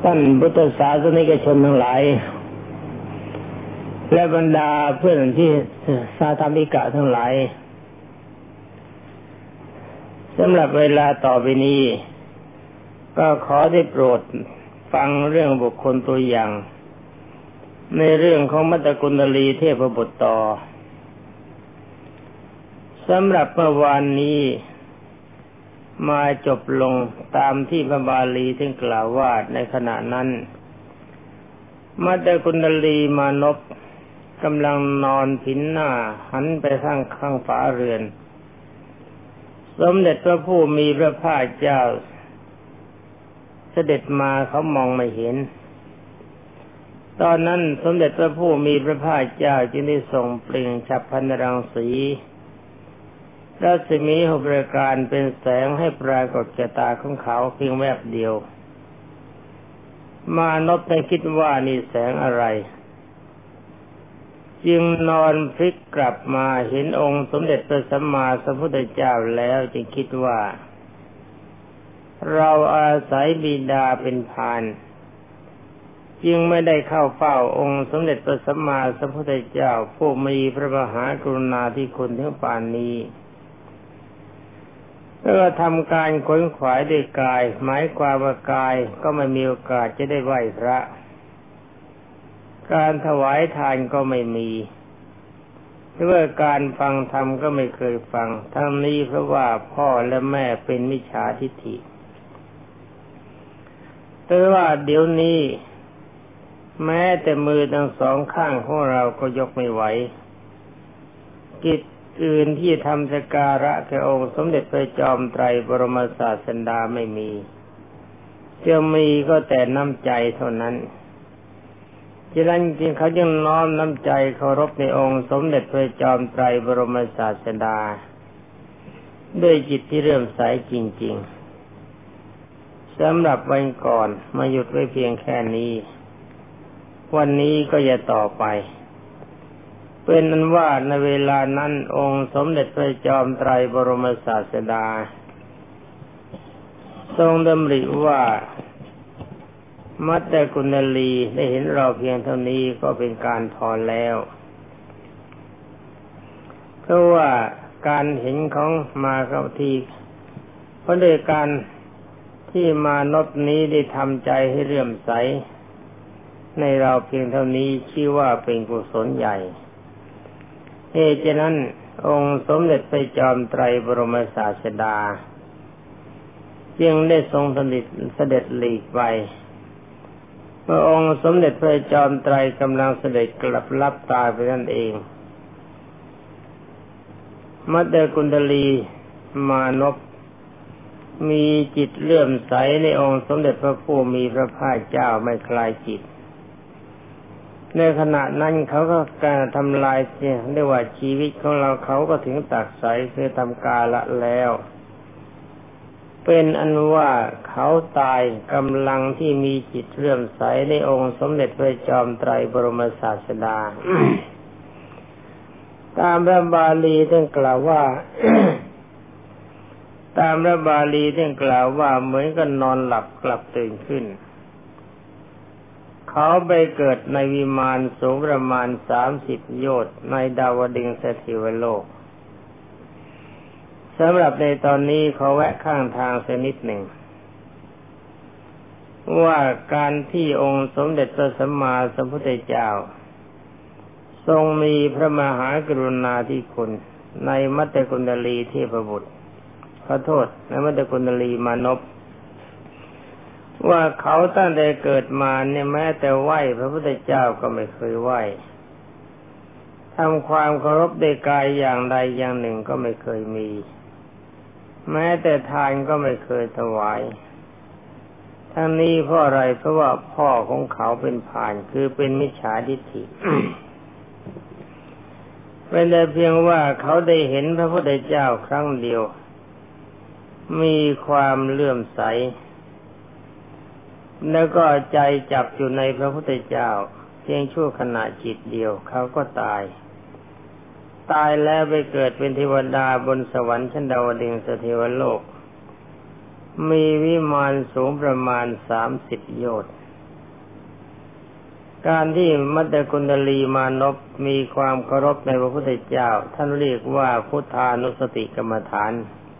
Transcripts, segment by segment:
ท่านพุทธศาสนิกชนทั้งหลายและบรรดาเพื่อนที่สาธรรมิกะทั้งหลายสำหรับเวลาต่อไปนี้ก็ขอได้โปรดฟังเรื่องบุคคลตัวอย่างในเรื่องของมัตตกุณลีเทพบุตรต่อสำหรับเมื่อวานนี้มาจบลงตามที่พระบาลีได้กล่าวว่าในขณะนั้นมัตตกุณลีมานพกำลังนอนผินหน้าหันไปทางข้างฝาเรือนสมเด็จพระผู้มีพระภาคเจ้าเสด็จมาเขามองไม่เห็นตอนนั้นสมเด็จพระผู้มีพระภาคเจ้าจึงได้ส่งเปล่งฉัพพนรังสีรัศมีหกประการเป็นแสงให้ปรากฏแก่ตาของเขาเพียงแวบเดียวมานพได้คิดว่านี่แสงอะไรจึงนอนพลิกกลับมาเห็นองค์สมเด็จพระสัมมาสัมพุทธเจ้าแล้วจึงคิดว่าเราอาศัยบิดาเป็นพานจึงไม่ได้เข้าเฝ้าองค์สมเด็จพระสัมมาสัมพุทธเจ้าผู้มีพระมหากรุณาธิคุณถึงป่านนี้แล้วก็ทำการขวนขวายด้วยกายหมายความว่ากายก็ไม่มีโอกาสจะได้ไหว้พระการถวายทานก็ไม่มีหรือว่าการฟังธรรมก็ไม่เคยฟังทั้งนี้เพราะว่าพ่อและแม่เป็นมิจฉาทิฏฐิแต่ว่าเดี๋ยวนี้แม้แต่มือทั้งสองข้างของเราก็ยกไม่ไหวกิจอื่นที่ทำสักการะแก่องค์สมเด็จพระจอมไตรบรมศาสดาไม่มีจะมีก็แต่น้ำใจเท่านั้นฉะนั้นจริงเขาจึงน้อมน้ำใจเคารพในองค์สมเด็จพระจอมไตรบรมศาสดาด้วยจิตที่เริ่อมใสจริงๆสำหรับวันก่อนมาหยุดไว้เพียงแค่นี้วันนี้ก็จะต่อไปเป็นนั้นว่าในเวลานั้นองค์สมเด็จพระจอมไตรบรมศาสดาทรงดำริว่ามัตตกุณลีได้เห็นเราเพียงเท่านี้ก็เป็นการพอแล้วเพราะว่าการเห็นของมาเข้าทีเพราะโดยการที่มานพนี้ได้ทำใจให้เลื่อมใสในเราเพียงเท่านี้ชื่อว่าเป็นกุศลใหญ่เหตุฉะนั้นองค์สมเด็จพระจอมไตรบรมศาสดาจึงได้ทรงเสด็จหลีกไปเมื่อองค์สมเด็จพระจอมไตรกำลังเสด็จกลับลับตาไปนั่นเองมัตตกุณลีมานพมีจิตเลื่อมใสในองค์สมเด็จพระผู้มีพระภาคเจ้าไม่คลายจิตในขณะนั้นเขาก็การทำลายเรียกว่าชีวิตของเราเขาก็ถึงตัดสายคือทำกาละแล้วเป็นอันว่าเขาตายกำลังที่มีจิตเลื่อมใสในองค์สมเด็จพระจอมไตรบรมศาสดา ตามพระบาลีท่านกล่าวว่า ตามพระบาลีท่านกล่าวว่าเหมือนกับนอนหลับกลับตื่นขึ้นเขาไปเกิดในวิมานสูงประมาณ30 โยชน์ในดาวดึงสถิวโลกสำหรับในตอนนี้เขาแวะข้างทางสักนิดหนึ่งว่าการที่องค์สมเด็จพระสัมมาสัมพุทธเจ้าทรงมีพระมหากรุณาธิคุณในมัตตกุณลีเทพบุตรขอโทษในมัตตกุณลีมานพว่าเขาตั้งแต่เกิดมาเนี่ยแม้แต่ไหว้พระพุทธเจ้าก็ไม่เคยไหว้ทำความเคารพด้วยกายอย่างใดอย่างหนึ่งก็ไม่เคยมีแม้แต่ทานก็ไม่เคยถวายทั้งนี้เพราะอะไรเพราะว่าพ่อของเขาเป็นพาลคือเป็นมิจฉาทิฏฐิ เป็นแต่เพียงว่าเขาได้เห็นพระพุทธเจ้าครั้งเดียวมีความเลื่อมใสแล้วก็ใจจับอยู่ในพระพุทธเจ้าเพียงชั่วขณะจิตเดียวเขาก็ตายแล้วไปเกิดเป็นเทวดาบนสวรรค์ชั้นดาวดึงสถิวโลกมีวิมานสูงประมาณ30 โยชน์การที่มัตตกุณฑลีมานพมีความเคารพในพระพุทธเจ้าท่านเรียกว่าพุทธานุสติกรรมฐาน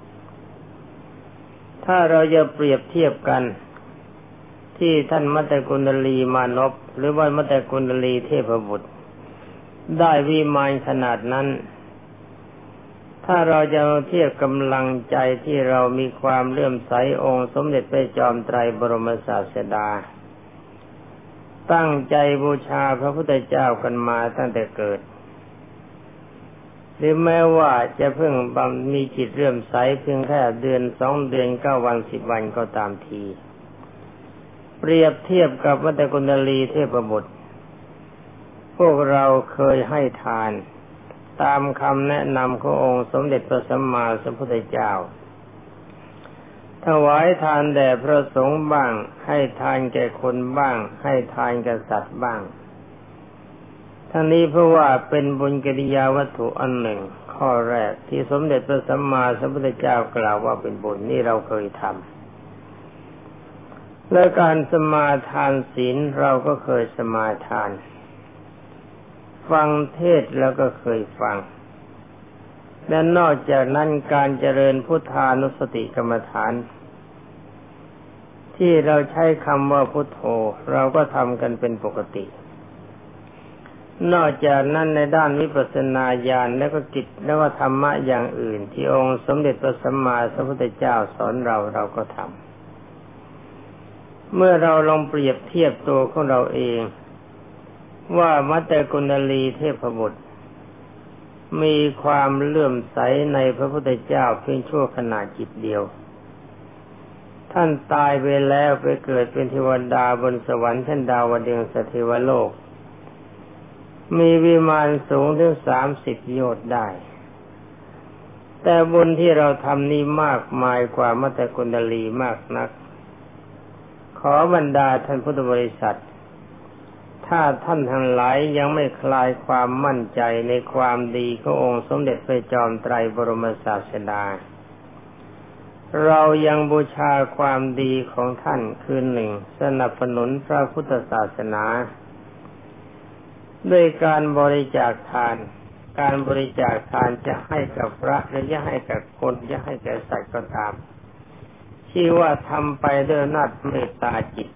ถ้าเราจะเปรียบเทียบกันที่ท่านมัตตกุณฑลีมานพหรือว่ามัตตกุณฑลีเทพบุตรได้วิมานขนาดนั้นถ้าเราจะเทียบกำลังใจที่เรามีความเลื่อมใสองค์สมเด็จพระจอมไตรบรมศาสดาตั้งใจบูชาพระพุทธเจ้ากันมาตั้งแต่เกิดหรือแม้ว่าจะเพิ่งมีจิตเลื่อมใสเพียงแค่เดือน2 เดือน9 วัน10 วันก็ตามทีเปรียบเทียบกับมัตตกุณฑลีเทพบุตรพวกเราเคยให้ทานตามคำแนะนำขององค์สมเด็จพระสัมมาสัมพุทธเจ้าถวายทานแด่พระสงฆ์บ้างให้ทานแก่คนบ้างให้ทานแก่สัตว์บ้างทั้งนี้เพราะว่าเป็นบุญกิริยาวัตถุอันหนึ่งข้อแรกที่สมเด็จพระสัมมาสัมพุทธเจ้ากล่าวว่าเป็นบุญนี่เราเคยทำและการสมาทานศีลเราก็เคยสมาทานฟังเทศแล้วก็เคยฟังและนอกจากนั้นการเจริญพุทธานุสติกรรมฐานที่เราใช้คำว่าพุทโธเราก็ทำกันเป็นปกตินอกจากนั้นในด้านวิปัสสนาญาณและก็กิจและก็ธรรมะอย่างอื่นที่องค์สมเด็จพระสัมมาสัมพุทธเจ้าสอนเราก็ทำเมื่อเราลองเปรียบเทียบตัวของเราเองว่ามัตตกุณฑลีเทพบุตรมีความเลื่อมใสในพระพุทธเจ้าเพียงชั่วขณะจิตเดียวท่านตายไปแล้วไปเกิดเป็นเทวดาบนสวรรค์ชั้นดาวดึงสเทวโลกมีวิมานสูงถึง30 โยชน์ได้แต่บุญที่เราทำนี้มากมายกว่ามัตตกุณฑลีมากนักขอบรรดาท่านพุทธบริษัทถ้าท่านทั้งหลายยังไม่คลายความมั่นใจในความดีขององค์สมเด็จพระจอมไตรบรมศาสดาเรายังบูชาความดีของท่านคือ1สนับสนุนพระพุทธศาสนาด้วยการบริจาคทานการบริจาคทานจะให้กับพระหรือจะให้กับคนจะให้แก่สัตว์ก็ตามที่ว่าทำไปด้วยอำนาจเมตตาจิต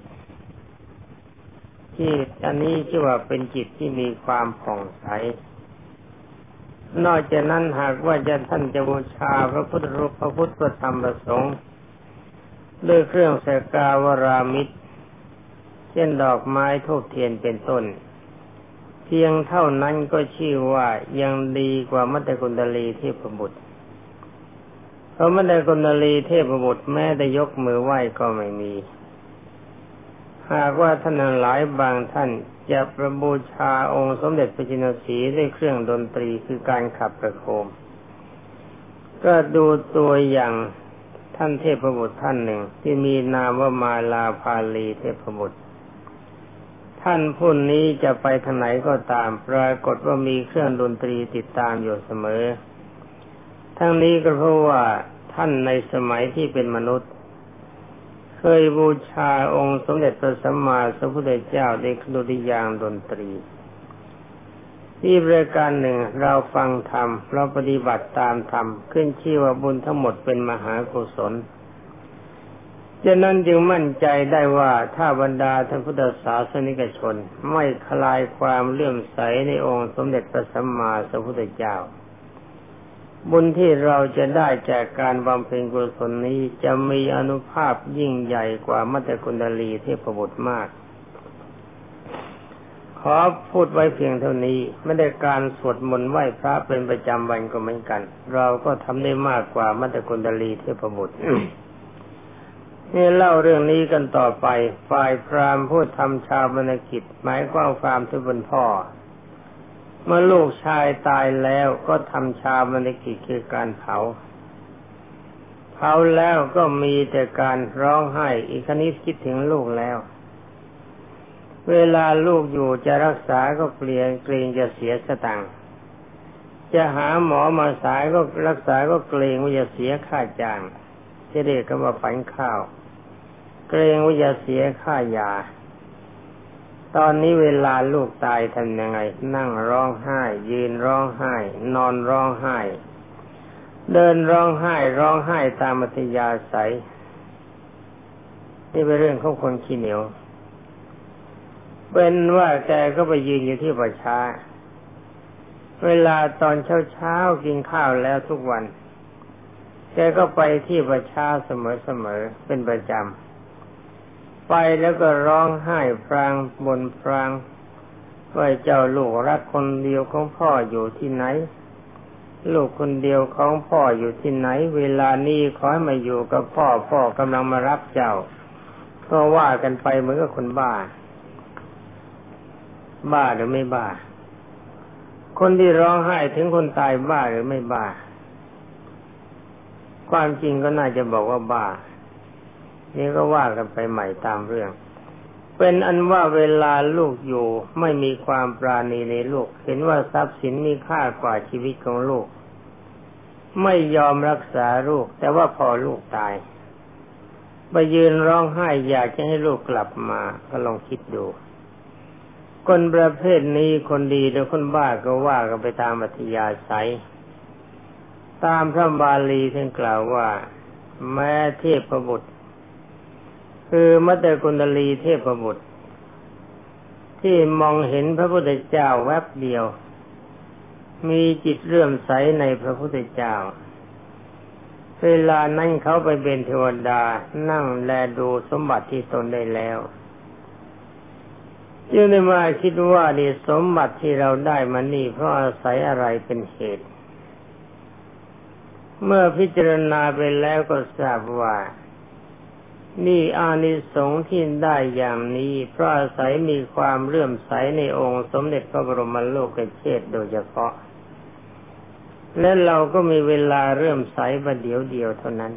ที่อันนี้ชื่อว่าเป็นจิตที่มีความผ่องใสนอกจากนั้นหากว่าท่านจะบูชาพระพุทธรูปพระพุทธพระธรรมพระสงฆ์ด้วยเครื่องสักการะมิตรเช่นดอกไม้ธูปเทียนเป็นต้นเพียงเท่านั้นก็ชื่อว่ายังดีกว่ามัตตกุณฑลีเทพบุตรเพราะมัตตกุณฑลีเทพบุตรแม้แต่ยกมือไหว้ก็ไม่มีหากว่าท่านหลายบางท่านจะประบูชาองค์สมเด็จพระจินสีด้วยเครื่องดนตรีคือการขับประโคมก็ดูตัวอย่างท่านเทพบุตรท่านหนึ่งที่มีนามว่ามาลาภาลีเทพบุตรท่านผู้นี้จะไปทางไหนก็ตามปรากฏว่ามีเครื่องดนตรีติดตามอยู่เสมอทั้งนี้ก็เพราะว่าท่านในสมัยที่เป็นมนุษย์เคยบูชาองค์สมเด็จพระสัมมาสัมพุทธเจ้าด้วยดุริยางค์ดนตรีที่ประการหนึ่งเราฟังธรรมเราปฏิบัติตามธรรมขึ้นชื่อว่าบุญทั้งหมดเป็นมหากุศลฉะนั้นจึงมั่นใจได้ว่าถ้าบรรดาท่านพุทธศาสนิกชนไม่คลายความเลื่อมใสในองค์สมเด็จพระสัมมาสัมพุทธเจ้าบุญที่เราจะได้จากการบำเพ็ญกุศลนี้จะมีอานุภาพยิ่งใหญ่กว่ามัตตกุณฑลีเทพบุตรมากขอพูดไว้เพียงเท่านี้ไม่ได้การสวดมนต์ไหว้พระเป็นประจำวันก็เหมือนกันเราก็ทำได้มากกว่ามัตตกุณฑลีเทพบุตร นี่เล่าเรื่องนี้กันต่อไปฝ่ายพราหมณ์ผู้ทำชาปนกิจหมายความพราหมณ์ที่เป็นพ่อเมื่อลูกชายตายแล้วก็ทำชาปนกิจคือการเผาแล้วก็มีแต่การร้องไห้อีกคณิตคิดถึงลูกแล้วเวลาลูกอยู่จะรักษาก็เกรงจะเสียสตังค์จะหาหมอมาสายก็รักษาก็เกรงว่าจะเสียค่าจ้างที่เรียกกันว่าฝันข้าวเกรงว่าจะเสียค่ายาตอนนี้เวลาลูกตายทำยังไงนั่งร้องไห้ยืนร้องไห้นอนร้องไห้เดินร้องไห้ร้องไห้ตามอัธยาศัยนี่เป็นเรื่องของคนขี้เหนียวเป็นว่าแกก็ไปยืนอยู่ที่ป่าช้าเวลาตอนเช้ากินข้าวแล้วทุกวันแกก็ไปที่ป่าช้าเสมอเป็นประจำไปแล้วก็ร้องไห้พรางบ่นพรางว่าเจ้าลูกรักคนเดียวของพ่ออยู่ที่ไหนลูกคนเดียวของพ่ออยู่ที่ไหนเวลานี้ขอให้มาอยู่กับพ่อกำลังมารับเจ้าก็ว่ากันไปเหมือนกับคนบ้าหรือไม่บ้าคนที่ร้องไห้ถึงคนตายบ้าหรือไม่บ้าความจริงก็น่าจะบอกว่าบ้านี่ก็ว่ากันไปใหม่ตามเรื่องเป็นอันว่าเวลาลูกอยู่ไม่มีความปราณีในลูกเห็นว่าทรัพย์สินมีค่ากว่าชีวิตของลูกไม่ยอมรักษาลูกแต่ว่าพอลูกตายไปยืนร้องไห้อยากจะให้ลูกกลับมาก็ลองคิดดูคนประเภทนี้คนดีหรือคนบ้าก็ว่ากันไปตามอัธยาศัยตามพระบาลีท่านกล่าวว่าแม้เทพบุตรคือมัตตกุณลีเทพบุตรที่มองเห็นพระพุทธเจ้าแวบเดียวมีจิตเลื่อมใสในพระพุทธเจ้าเวลานั้นเขาไปเป็นเทวดานั่งแลดูสมบัติที่ตนได้แล้วจึงได้มาคิดว่านี่สมบัติที่เราได้มานี่เพราะอาศัยอะไรเป็นเหตุเมื่อพิจารณาไปแล้วก็ทราบว่านี่อานิสงส์ที่ได้อย่างนี้เพราะอาศัยมีความเลื่อมใสในองค์สมเด็จพระบรมโลกเชษฐ์โดยเฉพาะและเราก็มีเวลาเลื่อมใสประเดี๋ยวเดียวเท่านั้น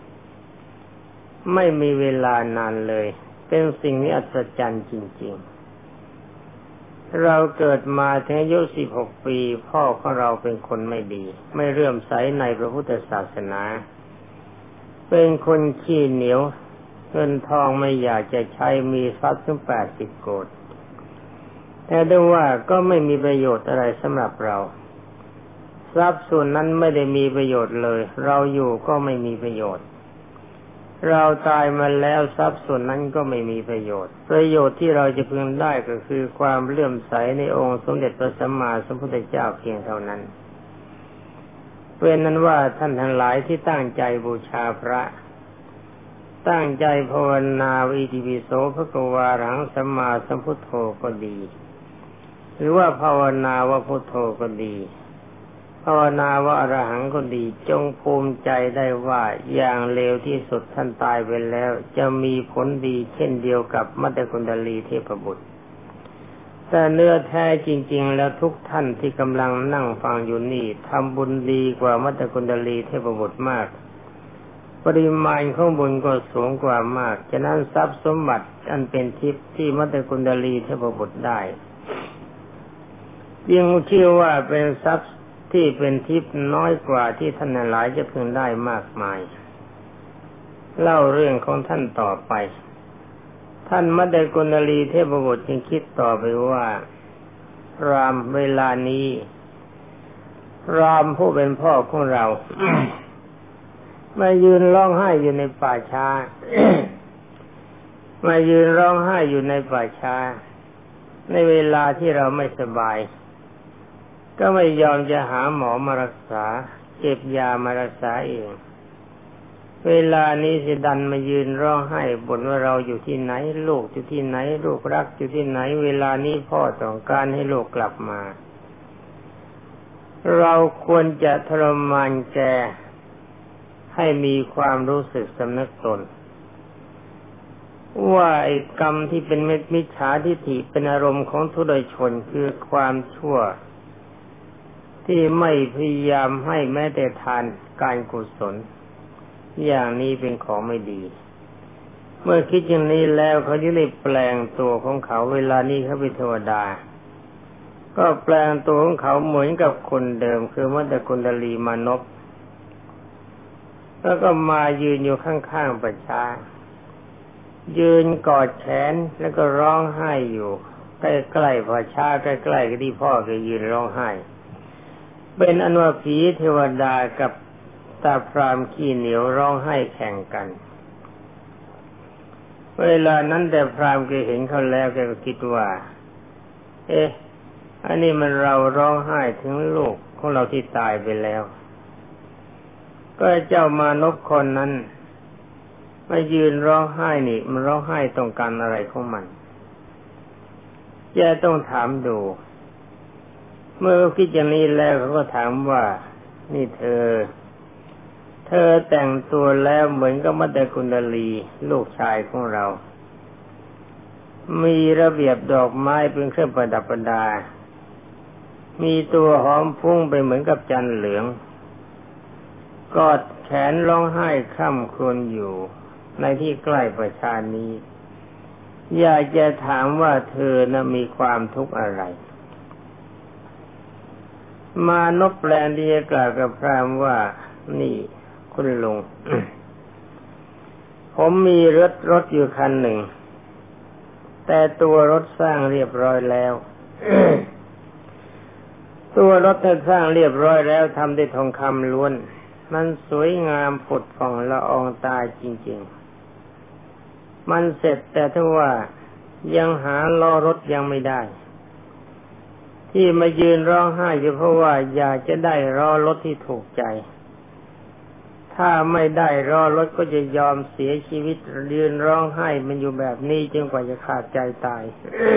ไม่มีเวลานานเลยเป็นสิ่งที่อัศจรรย์จริงๆเราเกิดมาถึงอายุ16 ปีพ่อของเราเป็นคนไม่ดีไม่เลื่อมใสในพระพุทธศาสนาเป็นคนขี้เหนียวเงินทองไม่อยากจะใช้มีทรัพย์ถึง80 โกฏแต่ได้ว่าก็ไม่มีประโยชน์อะไรสำหรับเราทรัพย์ส่วนนั้นไม่ได้มีประโยชน์เลยเราอยู่ก็ไม่มีประโยชน์เราตายมาแล้วทรัพย์ส่วนนั้นก็ไม่มีประโยชน์ที่เราจะพึงได้ก็คือความเลื่อมใสในองค์สมเด็จพระสัมมาสัมพุทธเจ้าเพียงเท่านั้นเป็นนั้นว่าท่านทั้งหลายที่ตั้งใจบูชาพระตั้งใจภาวนาอิติปิโสภควาอรหังสัมมาสัมพุทโธก็ดีหรือว่าภาวนาว่าพุทโธก็ดีภาวนาว่าอรหังก็ดีจงภูมิใจได้ว่าอย่างเลวที่สุดท่านตายไปแล้วจะมีผลดีเช่นเดียวกับมัตตกุณลีเทพบุตรแต่เนื้อแท้จริงๆแล้วทุกท่านที่กำลังนั่งฟังอยู่นี่ทำบุญดีกว่ามัตตกุณลีเทพบุตรมากปริมาณของบุญก็สูงกว่ามากฉะนั้นทรัพย์สมบัติอันเป็นทิพย์ที่มัตตกุณลีเทพบุตรได้ยังชื่อว่าเป็นทรัพย์ที่เป็นทิพย์น้อยกว่าที่ท่านหลายจะพึงได้มากมายเล่าเรื่องของท่านต่อไปท่านมัตตกุณลีเทพบุตรจึงคิดต่อไปว่ารามเวลานี้รามผู้เป็นพ่อของเรา มายืนร้องไห้อยู่ในป่าช้า มายืนร้องไห้อยู่ในป่าช้าในเวลาที่เราไม่สบายก็ไม่ยอมจะหาหมอมารักษาเก็บยามารักษาเองเวลานี้สิดันมายืนร้องไห้บ่นว่าเราอยู่ที่ไหนลูกอยู่ที่ไหนลูกรักอยู่ที่ไหนเวลานี้พ่อต้องการให้ลูกกลับมาเราควรจะทรมานแกให้มีความรู้สึกสำนึกตนว่าไอ้กรรมที่เป็นมิจฉาทิฏฐิเป็นอารมณ์ของทุรชนคือความชั่วที่ไม่พยายามให้แม้แต่ทานการกุศลอย่างนี้เป็นของไม่ดีเมื่อคิดอย่างนี้แล้วเขาจะได้แปลงตัวของเขาเวลานี้เขาเป็นเทวดาก็แปลงตัวของเขาเหมือนกับคนเดิมคือมัตตกุณลีมานพแล้วก็มายืนอยู่ข้างๆป่าช้ายืนกอดแขนแล้วก็ร้องไห้อยู่ใกล้ๆพอช้าใกล้ๆกับที่พ่อแกยืนร้องไห้เป็นอันว่าผีเทวดากับตาพรามขี้เหนียวร้องไห้แข่งกันเวลานั้นแต่พรามแกเห็นเขาแล้วแกก็คิดว่าอันนี้มันเราร้องไห้ถึงลูกของเราที่ตายไปแล้วก็เจ้ามานพคนนั้นมายืนร้องไห้นี่มันร้องไห้ต้องการอะไรของมันจะต้องถามดูเมื่อคิดอย่างนี้แล้วเขาก็ถามว่านี่เธอแต่งตัวแล้วเหมือนกับมัตตกุณฑลีลูกชายของเรามีระเบียบดอกไม้เป็นเครื่องประดับประดามีตัวหอมฟุ้งไปเหมือนกับจันทร์เหลืองกอดแขนร้องไห้คร่ำครวญอยู่ในที่ใกล้ประชานี้อยากจะถามว่าเธอนะมีความทุกข์อะไรมานพแปลนดีกล่าวกับพราหมณ์ว่านี่คุณลุง ผมมีรถอยู่คันหนึ่งแต่ตัวรถสร้างเรียบร้อยแล้ว ตัวรถสร้างเรียบร้อยแล้วทำด้วยทองคำล้วนมันสวยงามผุดผ่องละอองตาจริงๆมันเสร็จแต่ถ้าว่ายังหาล้อรถยังไม่ได้ที่มายืนร้องไห้ก็เพราะว่าอยากจะได้ล้อรถที่ถูกใจถ้าไม่ได้ล้อรถก็จะยอมเสียชีวิตยืนร้องไห้มันอยู่แบบนี้จนกว่าจะขาดใจตาย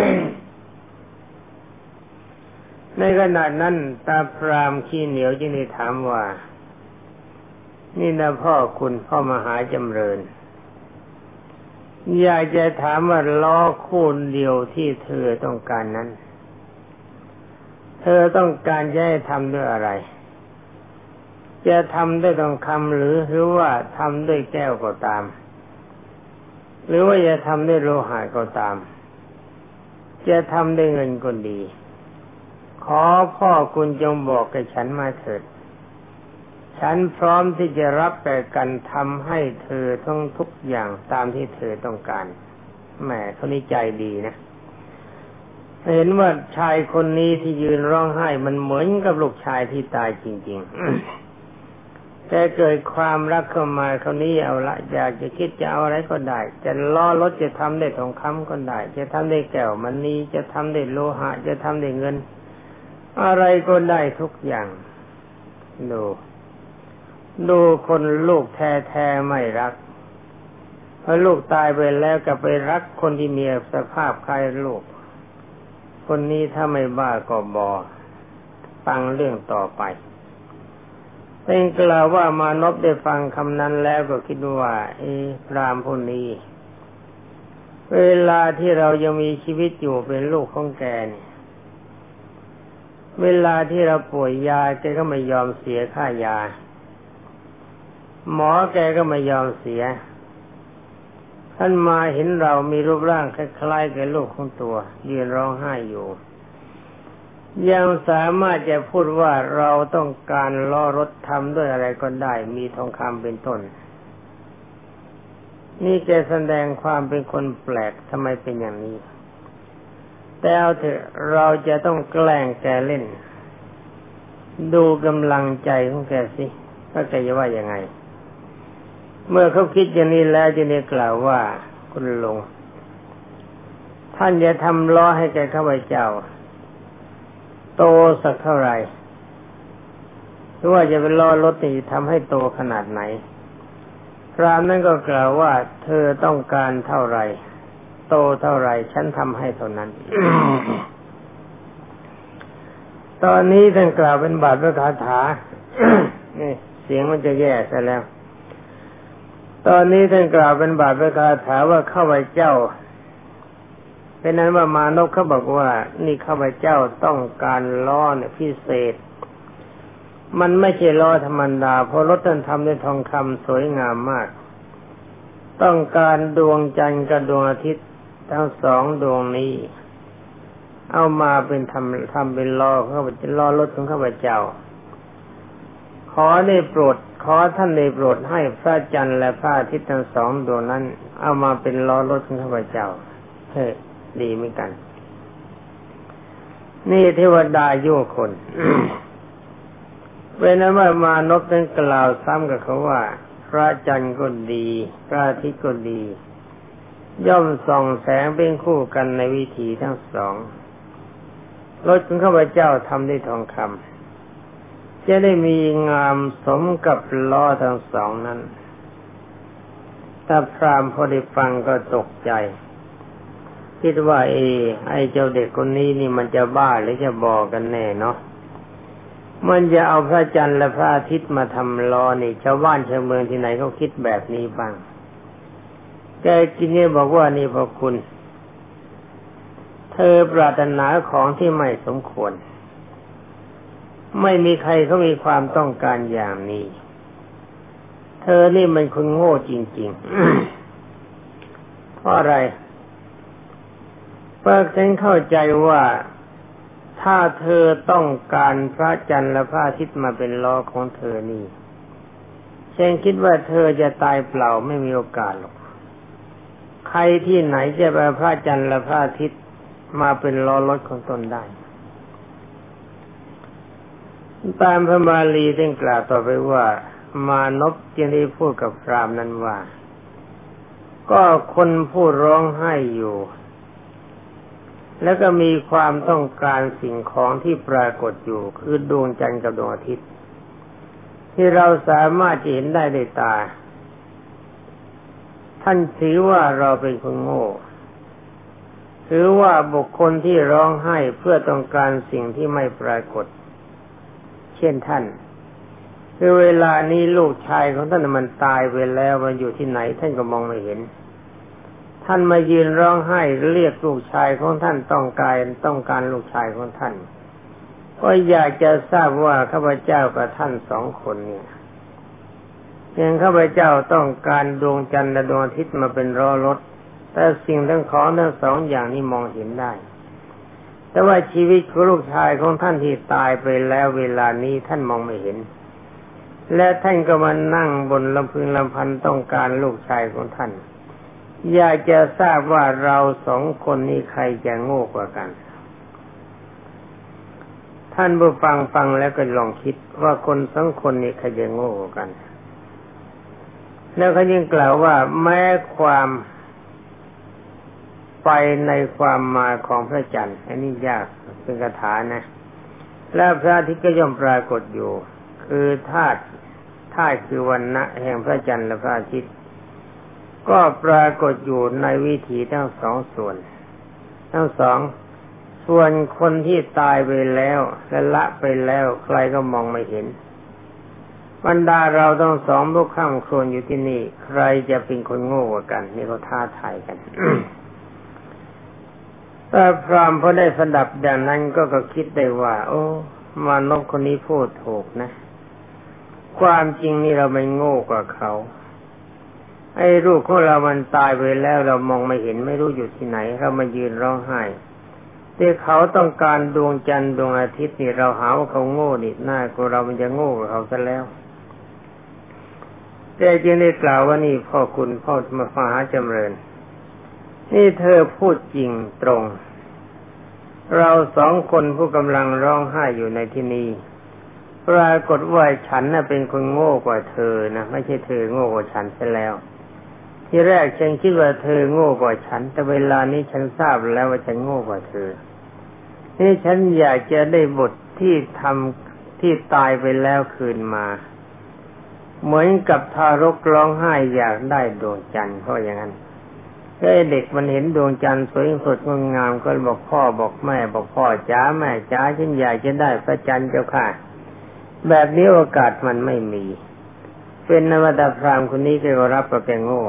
ในขณะนั้นตาพรามขี้เหนียวจึงได้ถามว่านี่นะพ่อคุณพ่อมหาจำเริญอยากจะถามว่าล้อคู่เดียวที่เธอต้องการนั้นเธอต้องการจะให้ทำด้วยอะไรจะทำด้วยทองคำหรือว่าทำด้วยแก้วก็ตามหรือว่าจะทำด้วยโลหะก็ตามจะทำด้วยเงินก็ดีขอพ่อคุณจงบอกกับฉันมาเถิดฉันพร้อมที่จะรับแต่กันทำให้เธอทั้งทุกอย่างตามที่เธอต้องการแหมเขานี่ใจดีนะเห็นว่าชายคนนี้ที่ยืนร้องไห้มันเหมือนกับลูกชายที่ตายจริงๆแต่เกิดความรักเข้ามาเขานี้เอาละอยากจะคิดจะเอาอะไรก็ได้จะล้อรถจะทำได้ทองคำก็ได้จะทำได้แก้วมณีจะทำได้โลหะจะทำได้เงินอะไรก็ได้ทุกอย่างดูคนลูกแท้ๆไม่รักพอลูกตายไปแล้วก็ไปรักคนที่มีสภาพคล้ายลูกคนนี้ถ้าไม่บ้าก็บอฟังเรื่องต่อไปเป็นกล่าวว่ามานพได้ฟังคำนั้นแล้วก็คิดว่าพราหมณ์ผู้นี้เวลาที่เรายังมีชีวิตอยู่เป็นลูกของแกเนี่ยเวลาที่เราป่วยยาแกก็ไม่ยอมเสียค่ายาหมอแกก็ไม่ยอมเสียท่านมาเห็นเรามีรูปร่างคล้ายๆกับลูกของตัวยืนร้องไห้อยู่ยังสามารถจะพูดว่าเราต้องการล้อรถทำด้วยอะไรก็ได้มีทองคำเป็นต้นนี่แกแสดงความเป็นคนแปลกทำไมเป็นอย่างนี้แต่เอาเถอะเราจะต้องแกล้งแกเล่นดูกำลังใจของแกสิว่าแกจะว่ายังไงเมื่อเขาคิดอย่างนี้แล้วจึงได้กล่าวว่าคุณลุงท่านจะทำล้อให้แกข้าพเจ้าโตสักเท่าไหร่หรือว่าจะเป็นล้อรถนี่ทำให้โตขนาดไหนพรามนั้นก็กล่าวว่าเธอต้องการเท่าไหร่โตเท่าไหร่ฉันทำให้เท่านั้น ตอนนี้ท่านกล่าวเป็นบาทพระคาถา นี่เสียงมันจะแย่ซะแล้วตอนนี้ท่านกล่าวเป็นบาทพระคาถาว่าข้าพเจ้าเป็นนั้นว่ามานพเขาบอกว่านี่ข้าพเจ้าต้องการล้อเนี่ยพิเศษมันไม่ใช่ล้อธรรมดาเพราะรถท่านทำด้วยทองคำสวยงามมากต้องการดวงจันทร์กับดวงอาทิตย์ทั้งสองดวงนี้เอามาเป็นทำเป็นล้อข้าพเจ้าล้อรถของข้าพเจ้าขอได้โปรดขอท่านได้โปรดให้พระจันทร์และพระอาทิตย์ทั้งสองดวงนั้นเอามาเป็นล้อรถของข้าพเจ้าดีเหมือนกันนี่เทวดาโยคน เป็นนั้นว่ามานพนั้นกล่าวซ้ำกับเขาว่าพระจันทร์ก็ดีพระอาทิตย์ก็ดีย่อมส่องแสงเป็นคู่กันในวิถีทั้งสองรถของข้าพเจ้าทำด้วยทองคำจะได้มีงามสมกับล้อทั้งสองนั้นถ้าพราหมณ์พอได้ฟังก็ตกใจคิดว่าไอ้เจ้าเด็กคนนี้นี่มันจะบ้าหรือจะบอกกันแน่เนาะมันจะเอาพระจันทร์และพระอาทิตย์มาทำล้อนี่ชาวบ้านชาวเมืองที่ไหนเขาคิดแบบนี้บ้างแกกินเนี่ยบอกว่านี่พอคุณเธอปรารถนาของที่ไม่สมควรไม่มีใครเขามีความต้องการอย่างนี้เธอนี่มันคนโง่จริงๆ เพราะอะไรเพราะฉันเข้าใจว่าถ้าเธอต้องการพระจันทร์และพระอาทิตย์มาเป็นล้อของเธอนี่ฉันคิดว่าเธอจะตายเปล่าไม่มีโอกาสหรอกใครที่ไหนจะไปพระจันทร์และพระอาทิตย์มาเป็นล้อรถของตนได้ตามพระบาลีได้กล่าวต่อไปว่ามานพจึงได้พูดกับพราหมณ์นั้นว่าก็คนผู้ร้องไห้อยู่แล้วก็มีความต้องการสิ่งของที่ปรากฏอยู่คือดวงจันทร์กับดวงอาทิตย์ที่เราสามารถจะเห็นได้ด้วยตาท่านถือว่าเราเป็นคนโง่ถือว่าบุคคลที่ร้องไห้เพื่อต้องการสิ่งที่ไม่ปรากฏเช่นท่านคือเวลานี้ลูกชายของท่านมันตายไปแล้วมันอยู่ที่ไหนท่านก็มองไม่เห็นท่านมายืนร้องไห้เรียกลูกชายของท่านต้องการลูกชายของท่านก็อยากจะทราบว่าข้าพเจ้ากับท่านสองคนเนี่ยเพียงข้าพเจ้าต้องการดวงจันทร์และดวงอาทิตย์มาเป็นล้อรถแต่สิ่งทั้งของทั้งสองอย่างนี้มองเห็นได้แต่ว่าชีวิตของลูกชายของท่านที่ตายไปแล้วเวลานี้ท่านมองไม่เห็นและท่านก็มานั่งบนลำพึงลำพันต้องการลูกชายของท่านอยากจะทราบว่าเราสองคนนี้ใครจะโง่กว่ากันท่านผู้ฟังแล้วก็ลองคิดว่าคนสองคนนี้ใครจะโง่กว่ากันแล้วเขายังกล่าวว่าแม้ความไปในความมาของพระจันทร์อันนี้ยากเป็นคาถานะและพระอาทิตย์ก็ย่อมปรากฏอยู่คือธาตุคือวรรณะแห่งพระจันทร์และพระอาทิตย์ก็ปรากฏอยู่ในวิถีทั้งสองส่วนทั้งสองส่วนคนที่ตายไปแล้วและละไปแล้วใครก็มองไม่เห็นบรรดาเราต้องสองลูกข้ามโคลนอยู่ที่นี่ใครจะเป็นคนโง่กว่ากันนี่เขาท้าทายกัน แต่พราหมณ์พอได้สดับอย่างนั้นก็คิดได้ว่าโอ้มานพคนนี้พูดถูกนะความจริงนี่เราไม่โง่กว่าเขาไอ้ลูกของเรามันตายไปแล้วเรามองไม่เห็นไม่รู้อยู่ที่ไหนเรามายืนร้องไห้แต่เขาต้องการดวงจันทร์ดวงอาทิตย์นี่เราหาว่าเขาโง่นี่หน้าของเรามันจะโง่กว่าเขาซะแล้วแต่จึงได้กล่าวว่านี่พ่อคุณพ่อมหาจำเริญนี่เธอพูดจริงตรงเราสองคนผู้กำลังร้องไห้อยู่ในที่นี้ปรากฏว่าฉันน่ะเป็นคนโง่กว่าเธอนะไม่ใช่เธอโง่กว่าฉันซะแล้วที่แรกฉันคิดว่าเธอโง่กว่าฉันแต่เวลานี้ฉันทราบแล้วว่าฉันโง่กว่าเธอนี่ฉันอยากจะได้บทที่ทำที่ตายไปแล้วคืนมาเหมือนกับทารกร้องไห้อยากได้ดวงจันทร์เพราะอย่างนั้นเด็กมันเห็นดวงจันทร์สวยสดงดงามก็บอกพ่อบอกแม่บอกพ่อจ๋าแม่จ๋าฉันอยากจะได้พระจันทร์เจ้าค่ะแบบนี้โอกาสมันไม่มีเป็นนวตพราหมณ์คนนี้ก็รับว่าแกโง่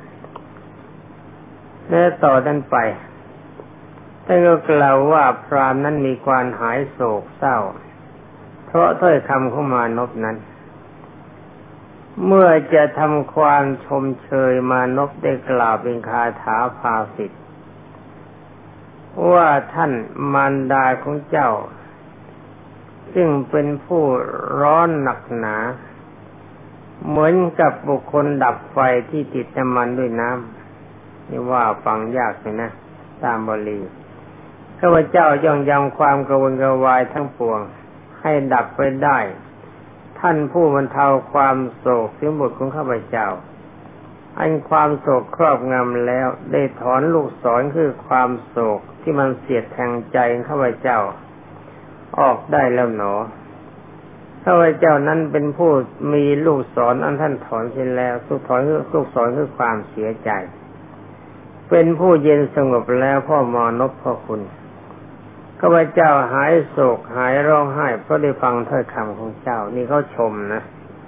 และต่อนั้นไปท่านก็กล่าวว่าพราหมณ์นั้นมีความหายโศกเศร้าเพราะถ้อยคำของมานพนั้นเมื่อจะทำความชมเชยมานพได้กล่าวเป็นคาถาภาสิทธิ์ว่าท่านมารดาของเจ้าซึ่งเป็นผู้ร้อนหนักหนาเหมือนกับบุคคลดับไฟที่ติดน้ำมันด้วยน้ำนี่ว่าฟังยากเลยนะตามบาลีข้าพเจ้าย่อมยังความกระวนกระวายทั้งปวงให้ดับไปได้ท่านผู้บรรเทาความโศกถึงบุตรของข้าพเจ้าอันความโศกครอบงำแล้วได้ถอนลูกศรคือความโศกที่มันเสียดแทงใจข้าพเจ้าออกได้แล้วหนอข้าพเจ้านั้นเป็นผู้มีลูกศรอันท่านถอนเสร็จแล้วลูกศรคือความเสียใจเป็นผู้เย็นสงบแล้วพ่อมอนพพ่อคุณข้าพเจ้าหายโศกหายร้องไห้เพราะได้ฟังถ้อยคำของเจ้านี่เขาชมนะ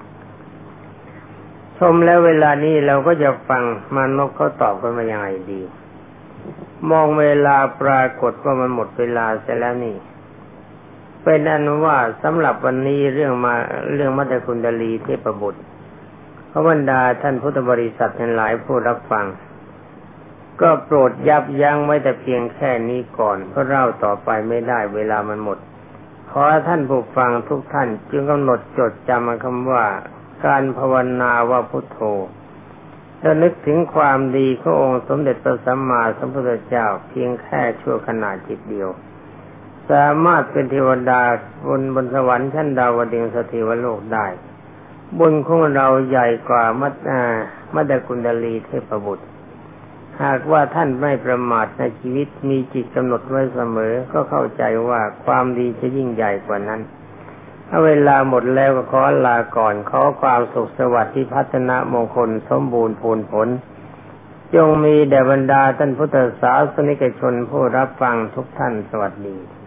ชมแล้วเวลานี้เราก็จะฟังมานพเขาตอบกันมาอย่างไรดีมองเวลาปรากฏว่ามันหมดเวลาเสียแล้วนี่เป็นอันว่าสำหรับวันนี้เรื่องมัตตคุณดลีเทพบุตรพระบรรดาท่านพุทธบริษัททั้งหลายผู้รับฟังก็โปรดยับยั้งไว้แต่เพียงแค่นี้ก่อนเพราะเล่าต่อไปไม่ได้เวลามันหมดขอท่านผู้ฟังทุกท่านจึงกำหนดจดจำคำว่าการภาวนาว่าพุทโธและนึกถึงความดีขององค์สมเด็จพระสัมมาสัมพุทธเจ้าเพียงแค่ชั่วขณะจิตเดียวสามารถเป็นเทวดาบนสวรรค์ชั้นดาวดึงสเทวโลกได้บุญของเราใหญ่กว่ามัตตคุณดลีเทพบุตรหากว่าท่านไม่ประมาทในชีวิตมีจิตกำหนดไว้เสมอก็เข้าใจว่าความดีจะยิ่งใหญ่กว่านั้นถ้าเวลาหมดแล้วก็ขอลาก่อนขอความสุขสวัสดิ์ที่พัฒนามงคลสมบูรณ์พูนผลจงมีแด่บรรดาท่านพุทธศาสนิกชนผู้รับฟังทุกท่านสวัสดี